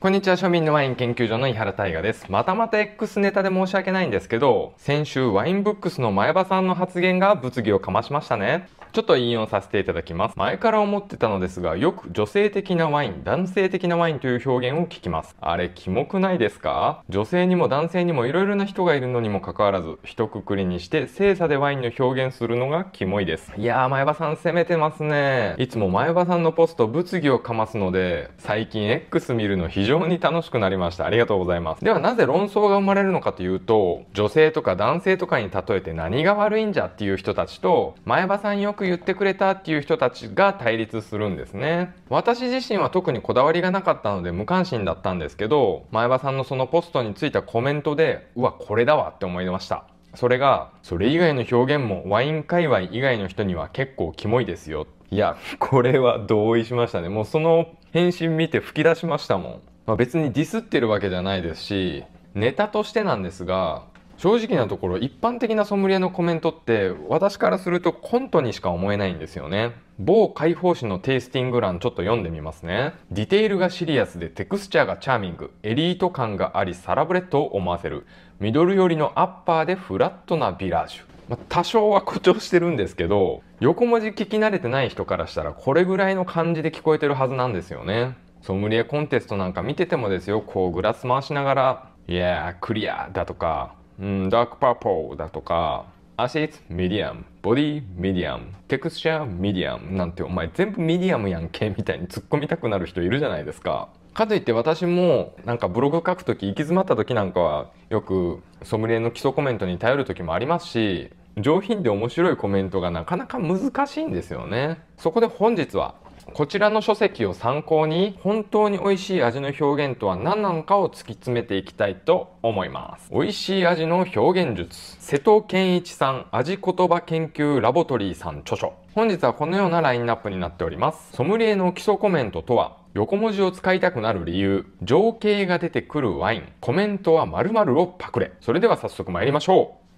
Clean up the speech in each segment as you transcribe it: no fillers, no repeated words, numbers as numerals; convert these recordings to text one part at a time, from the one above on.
こんにちは、庶民のワイン研究所の井原大我です。また X ネタで申し訳ないんですけど、先週ワインブックスの前葉さんの発言が物議をかましましたね。ちょっと引用させていただきます。前から思ってたのですが、よく女性的なワイン、男性的なワインという表現を聞きます。あれ、キモくないですか？女性にも男性にも色々な人がいるのにもかかわらず、一括りにして性差でワインの表現するのがキモいです。いやー、前葉さん攻めてますね。いつも前葉さんのポスト物議をかますので、最近 X 見るの非常に楽しくなりました。ありがとうございます。ではなぜ論争が生まれるのかというと、女性とか男性とかに例えて何が悪いんじゃっていう人たちと、前葉さんよく言ってくれたっていう人たちが対立するんですね。私自身は特にこだわりがなかったので無関心だったんですけど、前葉さんのそのポストについたコメントで、うわ、これだわって思いました。それが、それ以外の表現もワイン界隈以外の人には結構キモいですよ。いや、これは同意しましたね。もうその返信見て吹き出しましたもん。別にディスってるわけじゃないですし、ネタとしてなんですが、正直なところ一般的なソムリエのコメントって私からするとコントにしか思えないんですよね。某解放誌のテイスティング欄ちょっと読んでみますね。ディテールがシリアスでテクスチャーがチャーミング、エリート感がありサラブレッドを思わせる、ミドル寄りのアッパーでフラットなビラージュ。多少は誇張してるんですけど、横文字聞き慣れてない人からしたらこれぐらいの感じで聞こえてるはずなんですよね。ソムリエコンテストなんか見ててもですよ、こうグラス回しながら、いやー、クリアだとか、ダークパーポーだとか、アシッドミディアム、ボディミディアム、テクスチャーミディアムなんてお前全部ミディアムやんけみたいに突っ込みたくなる人いるじゃないですか。かといって私もなんかブログ書くとき行き詰まったときなんかはよくソムリエの基礎コメントに頼るときもありますし、上品で面白いコメントがなかなか難しいんですよね。そこで本日はこちらの書籍を参考に本当に美味しい味の表現とは何なのかを突き詰めていきたいと思います。美味しい味の表現術、瀬戸健一さん味言葉研究ラボトリーさん著書。本日はこのようなラインナップになっております。ソムリエの基礎コメントとは、横文字を使いたくなる理由、情景が出てくるワイン、コメントは〇〇をパクれ。それでは早速参りましょう。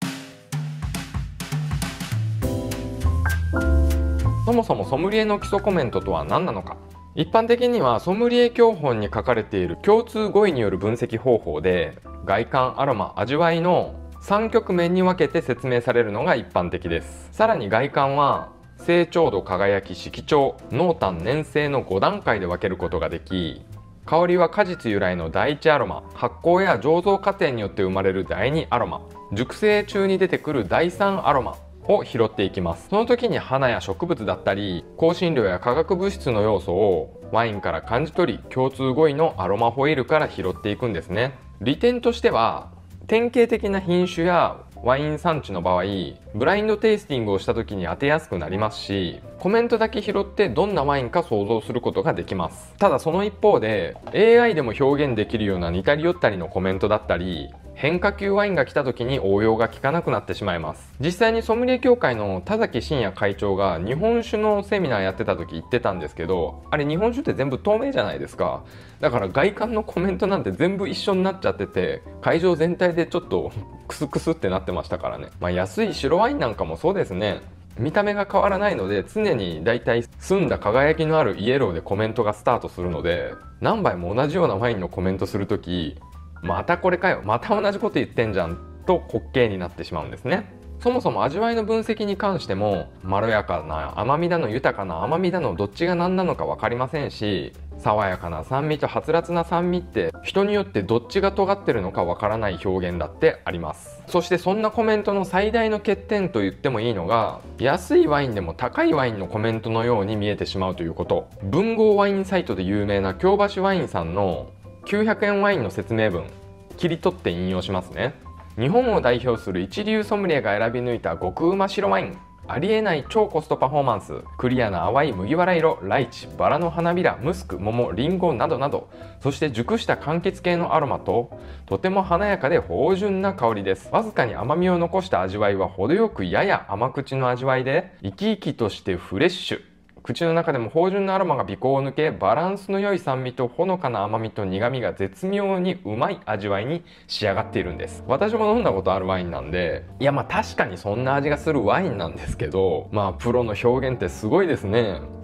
そもそもソムリエの基礎コメントとは何なのか。一般的にはソムリエ教本に書かれている共通語彙による分析方法で、外観、アロマ、味わいの3局面に分けて説明されるのが一般的です。さらに外観は成長度、輝き、色調、濃淡、粘性の5段階で分けることができ、香りは果実由来の第1アロマ、発酵や醸造過程によって生まれる第2アロマ、熟成中に出てくる第3アロマを拾っていきます。その時に花や植物だったり香辛料や化学物質の要素をワインから感じ取り、共通語彙のアロマホイールから拾っていくんですね。利点としては典型的な品種やワイン産地の場合、ブラインドテイスティングをした時に当てやすくなりますし、コメントだけ拾ってどんなワインか想像することができます。ただその一方で AI でも表現できるような似たり寄ったりのコメントだったり、変化球ワインが来た時に応用が効かなくなってしまいます。実際にソムリエ協会の田崎真也会長が日本酒のセミナーやってた時言ってたんですけど、あれ日本酒って全部透明じゃないですか。だから外観のコメントなんて全部一緒になっちゃってて、会場全体でちょっとクスクスってなってましたからね。安い白ワインなんかもそうですね。見た目が変わらないので常にだいたい澄んだ輝きのあるイエローでコメントがスタートするので、何杯も同じようなワインのコメントする時、またこれかよ、また同じこと言ってんじゃんと滑稽になってしまうんですね。そもそも味わいの分析に関しても、まろやかな甘みだの豊かな甘みだのどっちが何なのか分かりませんし、爽やかな酸味とはつらつな酸味って人によってどっちが尖ってるのか分からない表現だってあります。そしてそんなコメントの最大の欠点と言ってもいいのが、安いワインでも高いワインのコメントのように見えてしまうということ。文豪ワインサイトで有名な京橋ワインさんの900円ワインの説明文切り取って引用しますね。日本を代表する一流ソムリエが選び抜いた極うま白ワイン、ありえない超コストパフォーマンス、クリアな淡い麦わら色、ライチ、バラの花びら、ムスク、桃、リンゴなどなど、そして熟した柑橘系のアロマととても華やかで芳醇な香りです。わずかに甘みを残した味わいは程よくやや甘口の味わいで、生き生きとしてフレッシュ、口の中でも芳醇なアロマが鼻孔を抜け、バランスの良い酸味とほのかな甘みと苦みが絶妙にうまい味わいに仕上がっているんです。私も飲んだことあるワインなんで、いや確かにそんな味がするワインなんですけど、プロの表現ってすごいですね。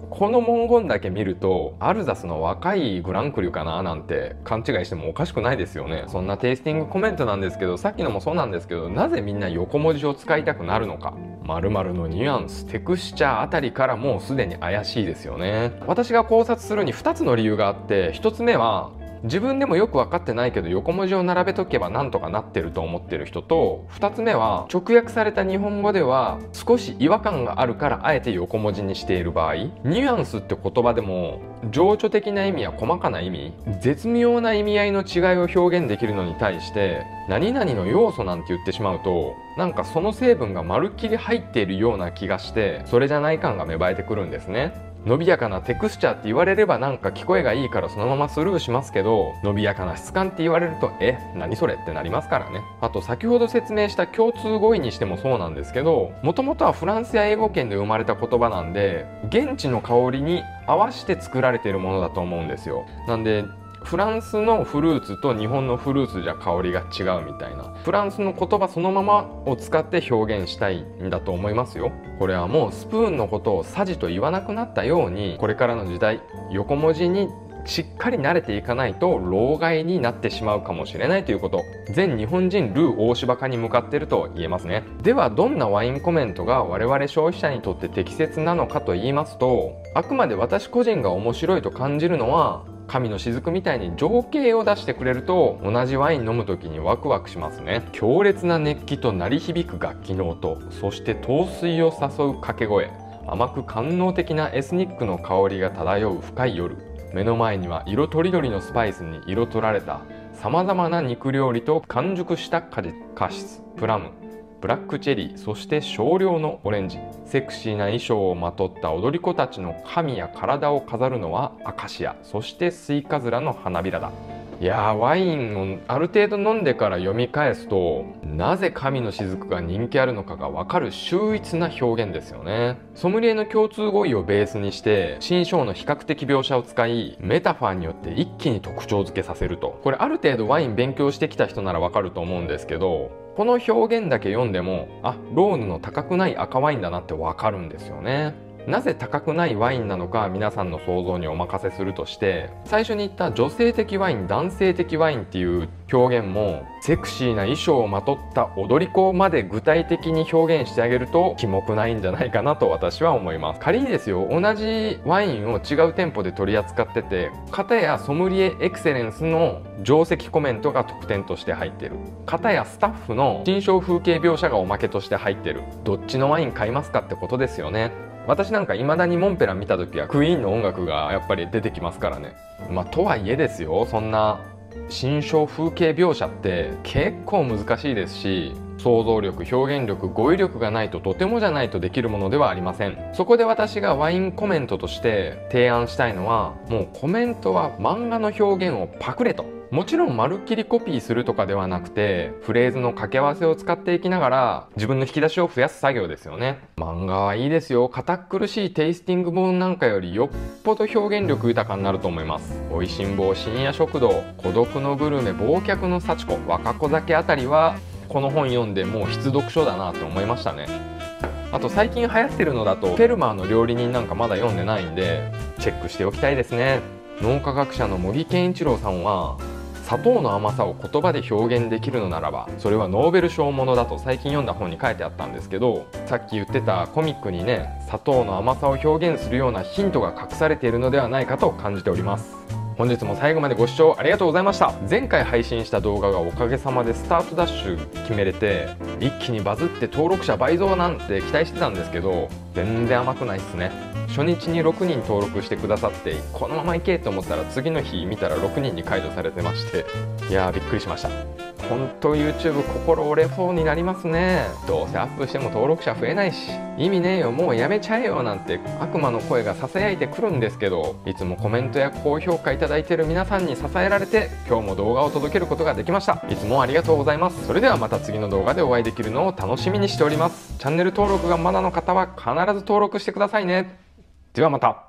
この文言だけ見るとアルザスの若いグランクリュかななんて勘違いしてもおかしくないですよね。そんなテイスティングコメントなんですけど、さっきのもそうなんですけど、なぜみんな横文字を使いたくなるのか、〇〇のニュアンス、テクスチャーあたりからもうすでに怪しいですよね。私が考察するに2つの理由があって、1つ目は自分でもよく分かってないけど横文字を並べとけばなんとかなってると思ってる人と、2つ目は直訳された日本語では少し違和感があるからあえて横文字にしている場合、ニュアンスって言葉でも情緒的な意味や細かな意味、絶妙な意味合いの違いを表現できるのに対して、何々の要素なんて言ってしまうと、なんかその成分がまるっきり入っているような気がして、それじゃない感が芽生えてくるんですね。伸びやかなテクスチャーって言われればなんか聞こえがいいからそのままスルーしますけど、伸びやかな質感って言われると何それってなりますからね。あと先ほど説明した共通語彙にしてもそうなんですけど、もともとはフランスや英語圏で生まれた言葉なんで、現地の香りに合わせて作られているものだと思うんですよ。なんでフランスのフルーツと日本のフルーツじゃ香りが違うみたいな、フランスの言葉そのままを使って表現したいんだと思いますよ。これはもうスプーンのことをさじと言わなくなったように、これからの時代横文字にしっかり慣れていかないと老害になってしまうかもしれないということ、全日本人ルー大柴化に向かっていると言えますね。ではどんなワインコメントが我々消費者にとって適切なのかと言いますと、あくまで私個人が面白いと感じるのは、神の雫みたいに情景を出してくれると同じワイン飲む時にワクワクしますね。強烈な熱気と鳴り響く楽器の音、そして陶酔を誘う掛け声、甘く官能的なエスニックの香りが漂う深い夜、目の前には色とりどりのスパイスに彩られたさまざまな肉料理と完熟したカシス、プラム、ブラックチェリー、そして少量のオレンジ。セクシーな衣装をまとった踊り子たちの髪や体を飾るのはアカシア、そしてスイカズラの花びらだ。いやー、ワインをある程度飲んでから読み返すと、なぜ神の雫が人気あるのかが分かる秀逸な表現ですよね。ソムリエの共通語彙をベースにして新章の比較的描写を使い、メタファーによって一気に特徴付けさせると。これある程度ワイン勉強してきた人なら分かると思うんですけど、この表現だけ読んでも、ローヌの高くない赤ワインだなって分かるんですよね。なぜ高くないワインなのか皆さんの想像にお任せするとして、最初に言った女性的ワイン、男性的ワインっていう表現も、セクシーな衣装をまとった踊り子まで具体的に表現してあげるとキモくないんじゃないかなと私は思います。仮にですよ、同じワインを違う店舗で取り扱ってて、片やソムリエエクセレンスの定石コメントが特典として入ってる、片やスタッフの新章風景描写がおまけとして入ってる、どっちのワイン買いますかってことですよね。私なんか未だにモンペラ見た時はクイーンの音楽がやっぱり出てきますからね。とはいえですよ、そんな新章風景描写って結構難しいですし、想像力、表現力、語彙力がないととてもじゃないとできるものではありません。そこで私がワインコメントとして提案したいのは、もうコメントは漫画の表現をパクれと。もちろんまるっきりコピーするとかではなくて、フレーズの掛け合わせを使っていきながら自分の引き出しを増やす作業ですよね。漫画はいいですよ。堅苦しいテイスティング本なんかよりよっぽど表現力豊かになると思います。美味しん坊、深夜食堂、孤独のグルメ、忘却の幸子、若子酒あたりはこの本読んでもう必読書だなって思いましたね。あと最近流行ってるのだとフェルマーの料理人なんかまだ読んでないんでチェックしておきたいですね。脳科学者の茂木健一郎さんは、砂糖の甘さを言葉で表現できるのならばそれはノーベル賞ものだと最近読んだ本に書いてあったんですけど、さっき言ってたコミックにね、砂糖の甘さを表現するようなヒントが隠されているのではないかと感じております。本日も最後までご視聴ありがとうございました。前回配信した動画がおかげさまでスタートダッシュ決めれて、一気にバズって登録者倍増なんて期待してたんですけど、全然甘くないっすね。初日に6人登録してくださって、このままいけと思ったら次の日見たら6人に解除されてまして、いやーびっくりしました。本当 YouTube 心折れそうになりますね。どうせアップしても登録者増えないし、意味ねえよ、もうやめちゃえよなんて悪魔の声がささやいてくるんですけど、いつもコメントや高評価いただいている皆さんに支えられて今日も動画を届けることができました。いつもありがとうございます。それではまた次の動画でお会いできるのを楽しみにしております。チャンネル登録がまだの方は必ず登録してくださいね。ではまた。